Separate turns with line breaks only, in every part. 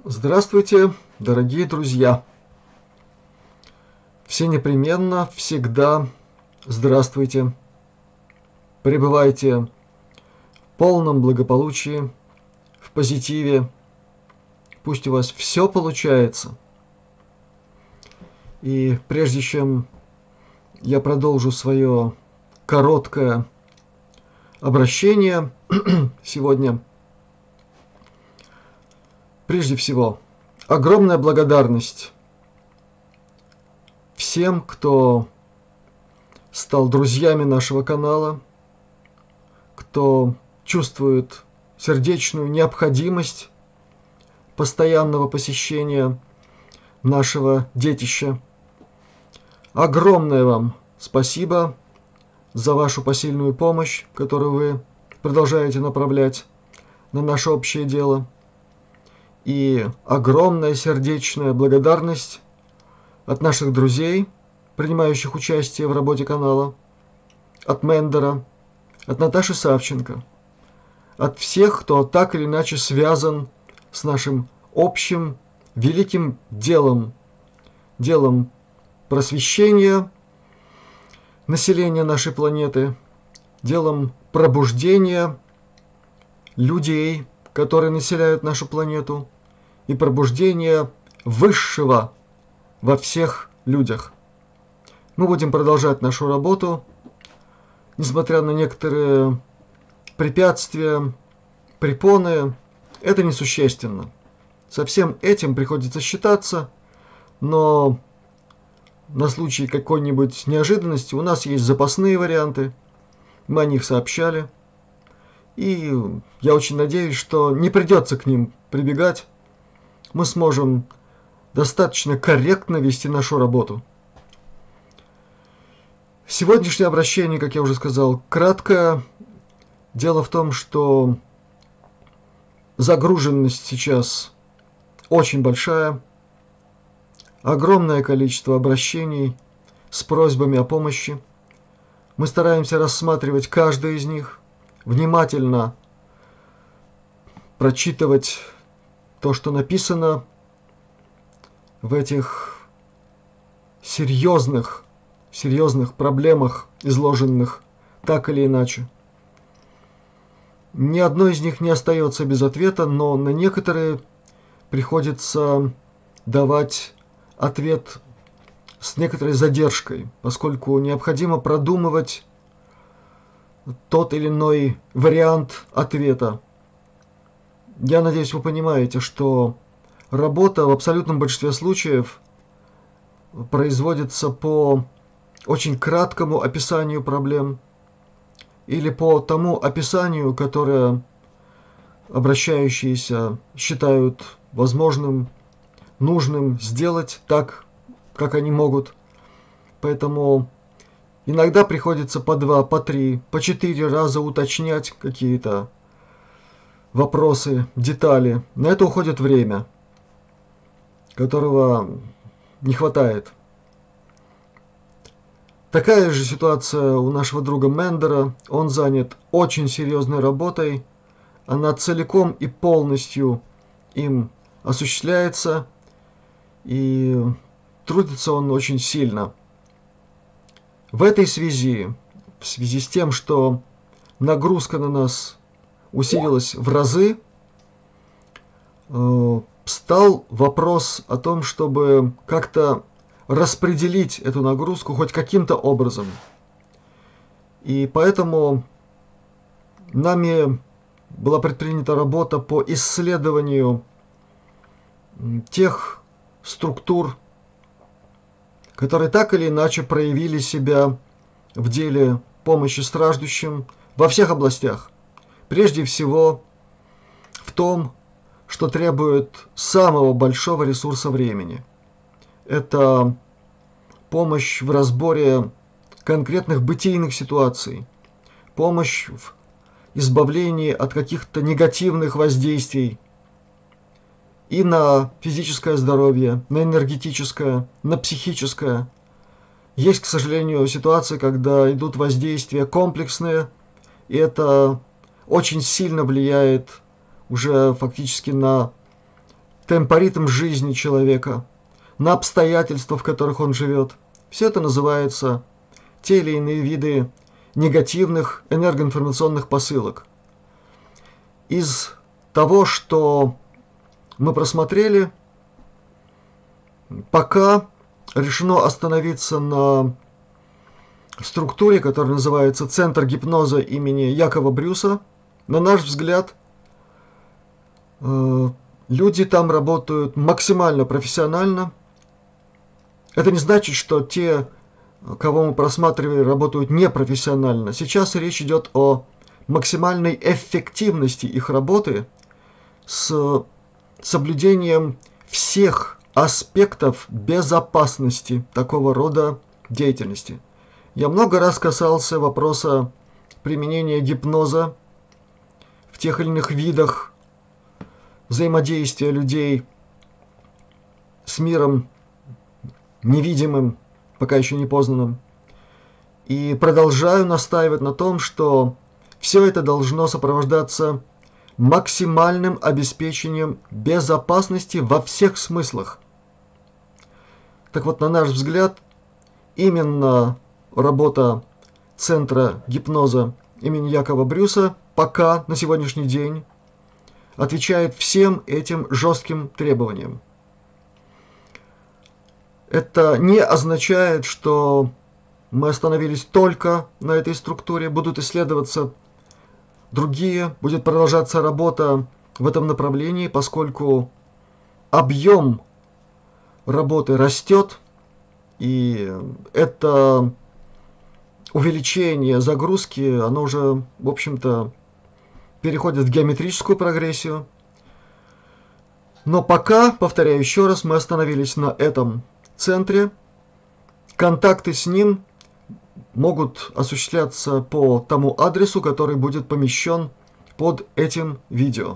Здравствуйте, дорогие друзья! Все непременно, всегда здравствуйте! Пребывайте в полном благополучии, в позитиве. Пусть у вас все получается. И прежде чем я продолжу свое короткое обращение сегодня, прежде всего, огромная благодарность всем, кто стал друзьями нашего канала, кто чувствует сердечную необходимость постоянного посещения нашего детища. Огромное вам спасибо за вашу посильную помощь, которую вы продолжаете направлять на наше общее дело. И огромная сердечная благодарность от наших друзей, принимающих участие в работе канала, от Мендера, от Наташи Савченко, от всех, кто так или иначе связан с нашим общим великим делом, делом просвещения населения нашей планеты, делом пробуждения людей, которые населяют нашу планету, и пробуждения высшего во всех людях. Мы будем продолжать нашу работу, несмотря на некоторые препятствия, препоны. Это несущественно. Со всем этим приходится считаться, но на случай какой-нибудь неожиданности у нас есть запасные варианты. Мы о них сообщали. И я очень надеюсь, что не придется к ним прибегать. Мы сможем достаточно корректно вести нашу работу. Сегодняшнее обращение, как я уже сказал, краткое. Дело в том, что загруженность сейчас очень большая. Огромное количество обращений с просьбами о помощи. Мы стараемся рассматривать каждое из них, внимательно прочитывать то, что написано в этих серьезных проблемах, изложенных так или иначе. Ни одно из них не остается без ответа, но на некоторые приходится давать ответ с некоторой задержкой, поскольку необходимо продумывать тот или иной вариант ответа. Я надеюсь, вы понимаете, что работа в абсолютном большинстве случаев производится по очень краткому описанию проблем или по тому описанию, которое обращающиеся считают возможным, нужным сделать так, как они могут. Поэтому иногда приходится по 2, по 3, по 4 раза уточнять какие-то вопросы, детали. На это уходит время, которого не хватает. Такая же ситуация у нашего друга Мендера. Он занят очень серьезной работой. Она целиком и полностью им осуществляется. И трудится он очень сильно. В этой связи, в связи с тем, что нагрузка на нас усилилась в разы, встал вопрос о том, чтобы как-то распределить эту нагрузку хоть каким-то образом. И поэтому нами была предпринята работа по исследованию тех структур, которые так или иначе проявили себя в деле помощи страждущим во всех областях. Прежде всего в том, что требует самого большого ресурса времени. Это помощь в разборе конкретных бытийных ситуаций, помощь в избавлении от каких-то негативных воздействий и на физическое здоровье, на энергетическое, на психическое. Есть, к сожалению, ситуации, когда идут воздействия комплексные, и это очень сильно влияет уже фактически на темпоритм жизни человека, на обстоятельства, в которых он живет. Все это называется те или иные виды негативных энергоинформационных посылок. Из того, что мы просмотрели, пока решено остановиться на структуре, которая называется Центр гипноза имени Якова Брюса. На наш взгляд, люди там работают максимально профессионально. Это не значит, что те, кого мы просматривали, работают непрофессионально. Сейчас речь идет о максимальной эффективности их работы с соблюдением всех аспектов безопасности такого рода деятельности. Я много раз касался вопроса применения гипноза в тех или иных видах взаимодействия людей с миром невидимым, пока еще не познанным. И продолжаю настаивать на том, что все это должно сопровождаться максимальным обеспечением безопасности во всех смыслах. Так вот, на наш взгляд, именно работа Центра гипноза имени Якова Брюса пока на сегодняшний день отвечает всем этим жестким требованиям. Это не означает, что мы остановились только на этой структуре, будут исследоваться другие, будет продолжаться работа в этом направлении, поскольку объем работы растет, и это увеличение загрузки, оно уже, в общем-то, переходит в геометрическую прогрессию. Но пока, повторяю еще раз, мы остановились на этом центре. Контакты с ним могут осуществляться по тому адресу, который будет помещен под этим видео.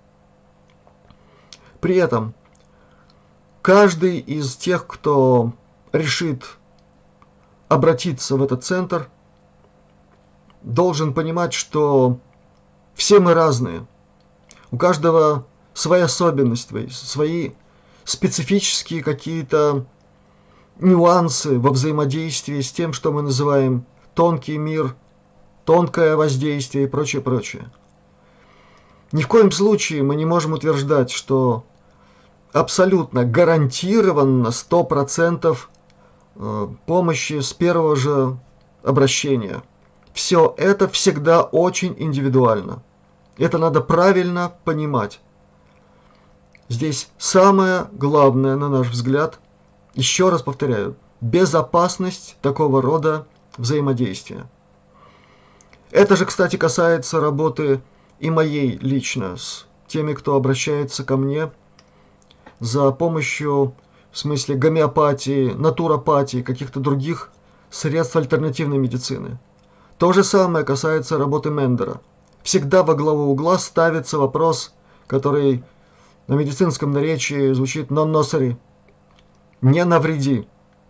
При этом каждый из тех, кто решит обратиться в этот центр, должен понимать, что все мы разные. У каждого свои особенности, свои специфические какие-то нюансы во взаимодействии с тем, что мы называем тонкий мир, тонкое воздействие и прочее, прочее. Ни в коем случае мы не можем утверждать, что абсолютно гарантированно 100% помощи с первого же обращения. Все это всегда очень индивидуально. Это надо правильно понимать. Здесь самое главное, на наш взгляд, еще раз повторяю, безопасность такого рода взаимодействия. Это же, кстати, касается работы и моей лично с теми, кто обращается ко мне за помощью в смысле гомеопатии, натуропатии, каких-то других средств альтернативной медицины. То же самое касается работы Мендера. Всегда во главу угла ставится вопрос, который на медицинском наречии звучит «non nocere» – «не навреди».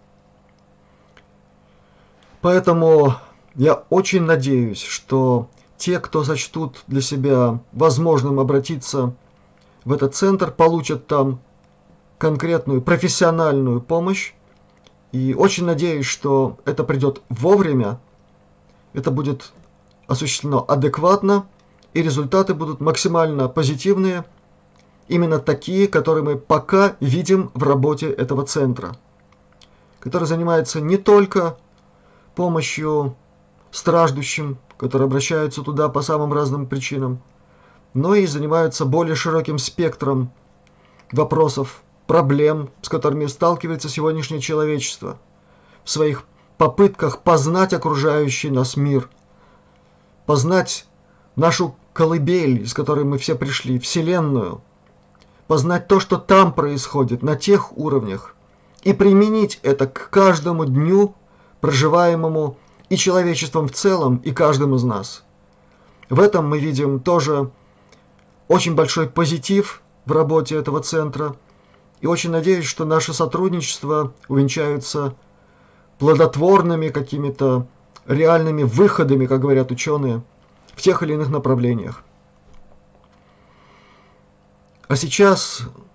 Поэтому я очень надеюсь, что те, кто сочтут для себя возможным обратиться в этот центр, получат там конкретную профессиональную помощь. И очень надеюсь, что это придет вовремя, это будет осуществлено адекватно, и результаты будут максимально позитивные, именно такие, которые мы пока видим в работе этого центра, который занимается не только помощью страждущим, которые обращаются туда по самым разным причинам, но и занимаются более широким спектром вопросов, проблем, с которыми сталкивается сегодняшнее человечество в своих попытках познать окружающий нас мир, познать нашу колыбель, из которой мы все пришли, Вселенную, познать то, что там происходит, на тех уровнях, и применить это к каждому дню, проживаемому и человечеством в целом, и каждым из нас. В этом мы видим тоже очень большой позитив в работе этого центра, и очень надеюсь, что наше сотрудничество увенчаются плодотворными какими-то реальными выходами, как говорят ученые, в тех или иных направлениях. А сейчас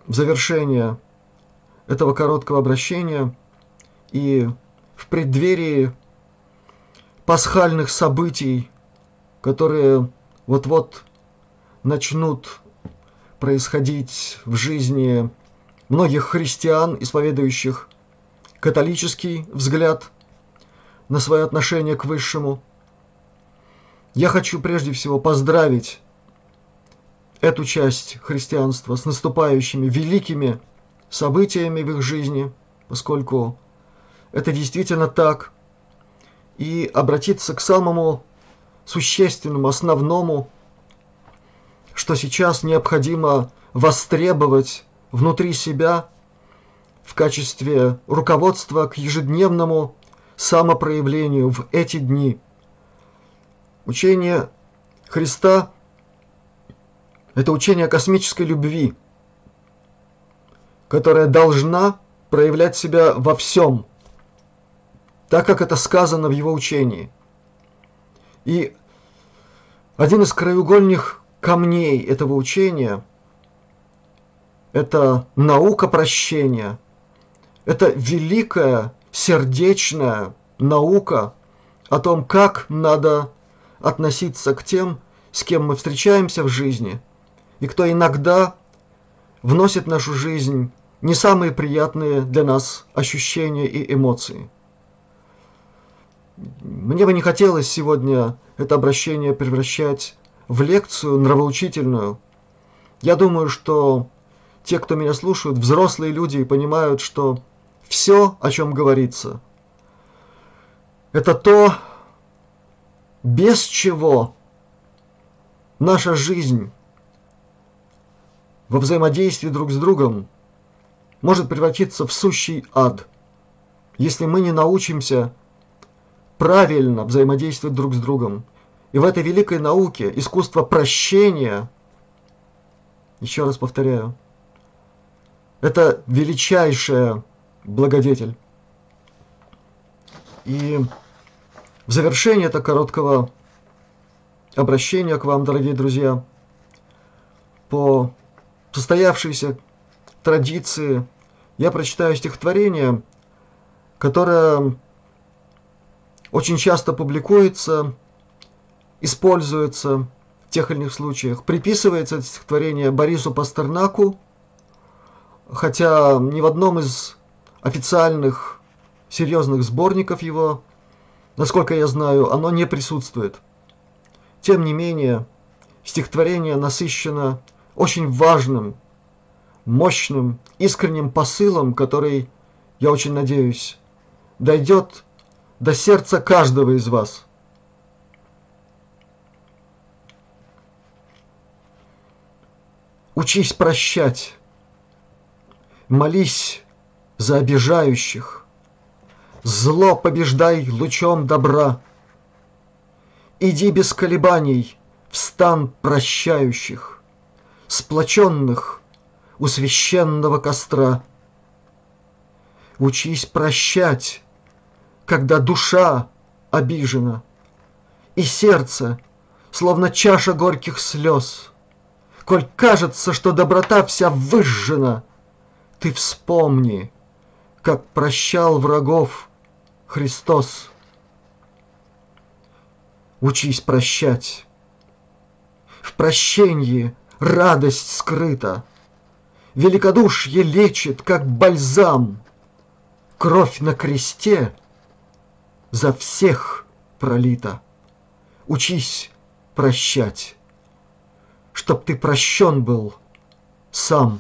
в завершение этого короткого обращения и в преддверии пасхальных событий, которые вот-вот начнут происходить в жизни многих христиан, исповедующих католический взгляд на свое отношение к Высшему, я хочу прежде всего поздравить эту часть христианства с наступающими великими событиями в их жизни, поскольку это действительно так, и обратиться к самому существенному, основному, что сейчас необходимо востребовать внутри себя в качестве руководства к ежедневному самопроявлению в эти дни. Учение Христа – это учение о космической любви, которая должна проявлять себя во всем, так как это сказано в его учении. И один из краеугольных камней этого учения – это наука прощения. Это великая сердечная наука о том, как надо относиться к тем, с кем мы встречаемся в жизни, и кто иногда вносит в нашу жизнь не самые приятные для нас ощущения и эмоции. Мне бы не хотелось сегодня это обращение превращать в лекцию нравоучительную. Я думаю, что те, кто меня слушают, взрослые люди, понимают, что все, о чем говорится, это то, без чего наша жизнь во взаимодействии друг с другом может превратиться в сущий ад, если мы не научимся правильно взаимодействовать друг с другом. И в этой великой науке искусство прощения, еще раз повторяю, это величайшая благодетель. И в завершение этого короткого обращения к вам, дорогие друзья, по состоявшейся традиции я прочитаю стихотворение, которое очень часто публикуется, используется в тех или иных случаях. Приписывается это стихотворение Борису Пастернаку, хотя ни в одном из официальных серьезных сборников его, насколько я знаю, оно не присутствует. Тем не менее, стихотворение насыщено очень важным, мощным, искренним посылом, который, я очень надеюсь, дойдет до сердца каждого из вас. Учись прощать, молись за обижающих, зло побеждай лучом добра. Иди без колебаний в стан прощающих, сплоченных у священного костра. Учись прощать, когда душа обижена, и сердце, словно чаша горьких слез. Коль кажется, что доброта вся выжжена, ты вспомни, как прощал врагов Христос. Учись прощать. В прощенье радость скрыта, великодушие лечит, как бальзам. Кровь на кресте за всех пролита. Учись прощать, чтоб ты прощен был сам.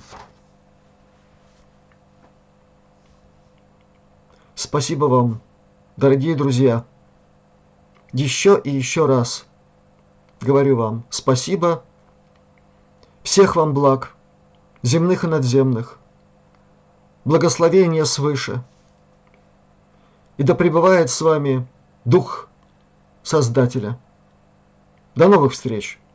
Спасибо вам, дорогие друзья. Еще и еще раз говорю вам спасибо. Всех вам благ, земных и надземных. Благословения свыше. И да пребывает с вами Дух Создателя. До новых встреч!